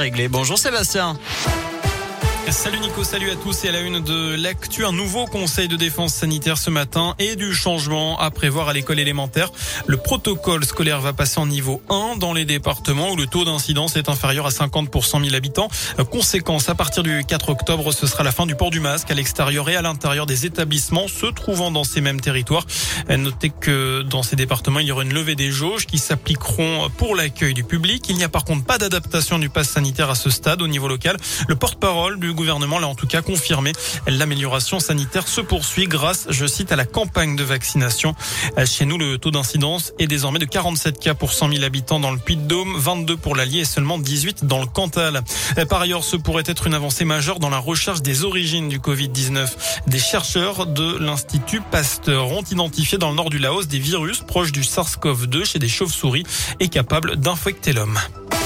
réglé. Bonjour Sébastien. Salut Nico, salut à tous et à la une de l'actu, un nouveau conseil de défense sanitaire ce matin et du changement à prévoir à l'école élémentaire. Le protocole scolaire va passer en niveau 1 dans les départements où le taux d'incidence est inférieur à 50 pour 100 000 habitants. Conséquence, à partir du 4 octobre, ce sera la fin du port du masque à l'extérieur et à l'intérieur des établissements se trouvant dans ces mêmes territoires. Notez que dans ces départements, il y aura une levée des jauges qui s'appliqueront pour l'accueil du public. Il n'y a par contre pas d'adaptation du pass sanitaire à ce stade au niveau local. Le porte-parole du gouvernement l'a en tout cas confirmé. L'amélioration sanitaire se poursuit grâce, je cite, à la campagne de vaccination. Chez nous, le taux d'incidence est désormais de 47 cas pour 100 000 habitants dans le Puy-de-Dôme, 22 pour l'Allier et seulement 18 dans le Cantal. Par ailleurs, ce pourrait être une avancée majeure dans la recherche des origines du Covid-19. Des chercheurs de l'Institut Pasteur ont identifié dans le nord du Laos des virus proches du SARS-CoV-2 chez des chauves-souris et capables d'infecter l'homme.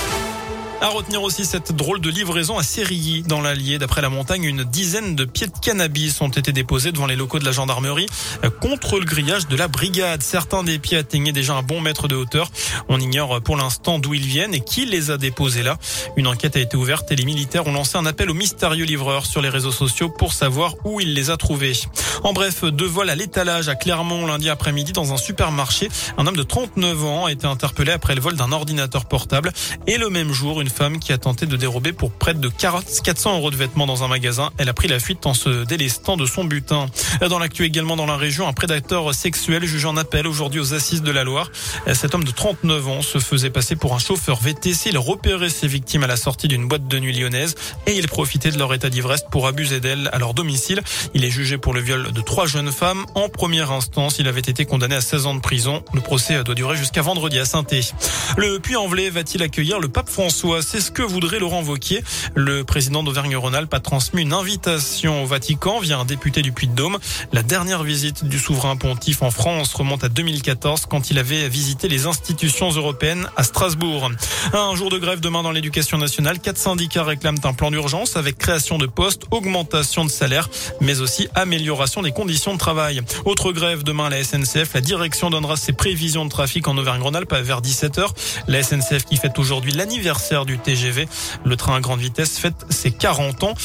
À retenir aussi cette drôle de livraison à Sérilly dans l'Allier. D'après la montagne, une dizaine de pieds de cannabis ont été déposés devant les locaux de la gendarmerie contre le grillage de la brigade. Certains des pieds atteignaient déjà un bon mètre de hauteur. On ignore pour l'instant d'où ils viennent et qui les a déposés là. Une enquête a été ouverte et les militaires ont lancé un appel aux mystérieux livreurs sur les réseaux sociaux pour savoir où ils les a trouvés. En bref, 2 vols à l'étalage à Clermont lundi après-midi dans un supermarché. Un homme de 39 ans a été interpellé après le vol d'un ordinateur portable et le même jour, une femme qui a tenté de dérober pour près de 400 € de vêtements dans un magasin. Elle a pris la fuite en se délestant de son butin. Dans l'actu également dans la région, un prédateur sexuel jugé en appel aujourd'hui aux assises de la Loire. Cet homme de 39 ans se faisait passer pour un chauffeur VTC. Il repérait ses victimes à la sortie d'une boîte de nuit lyonnaise et il profitait de leur état d'ivresse pour abuser d'elles à leur domicile. Il est jugé pour le viol de 3 jeunes femmes. En première instance, il avait été condamné à 16 ans de prison. Le procès doit durer jusqu'à vendredi à Saint-Thé. Le Puy-en-Velay va-t-il accueillir le pape François? C'est ce que voudrait Laurent Wauquiez. Le président d'Auvergne-Rhône-Alpes a transmis une invitation au Vatican via un député du Puy-de-Dôme. La dernière visite du souverain pontife en France remonte à 2014 quand il avait visité les institutions européennes à Strasbourg. Un jour de grève demain dans l'éducation nationale. 4 syndicats réclament un plan d'urgence avec création de postes, augmentation de salaire, mais aussi amélioration des conditions de travail. Autre grève demain à la SNCF. La direction donnera ses prévisions de trafic en Auvergne-Rhône-Alpes vers 17h. La SNCF qui fête aujourd'hui l'anniversaire du TGV. Le train à grande vitesse fête ses 40 ans.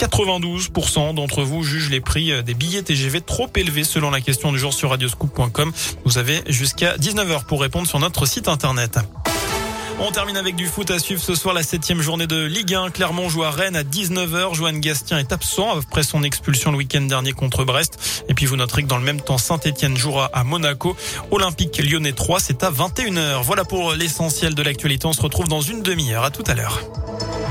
92% d'entre vous jugent les prix des billets TGV trop élevés selon la question du jour sur radioscoop.com. Vous avez jusqu'à 19h pour répondre sur notre site internet. On termine avec du foot à suivre ce soir, la 7e journée de Ligue 1. Clermont joue à Rennes à 19h. Johan Gastien est absent après son expulsion le week-end dernier contre Brest. Et puis vous noterez que dans le même temps, Saint-Etienne jouera à Monaco. Olympique Lyonnais 3, c'est à 21h. Voilà pour l'essentiel de l'actualité. On se retrouve dans une demi-heure. À tout à l'heure.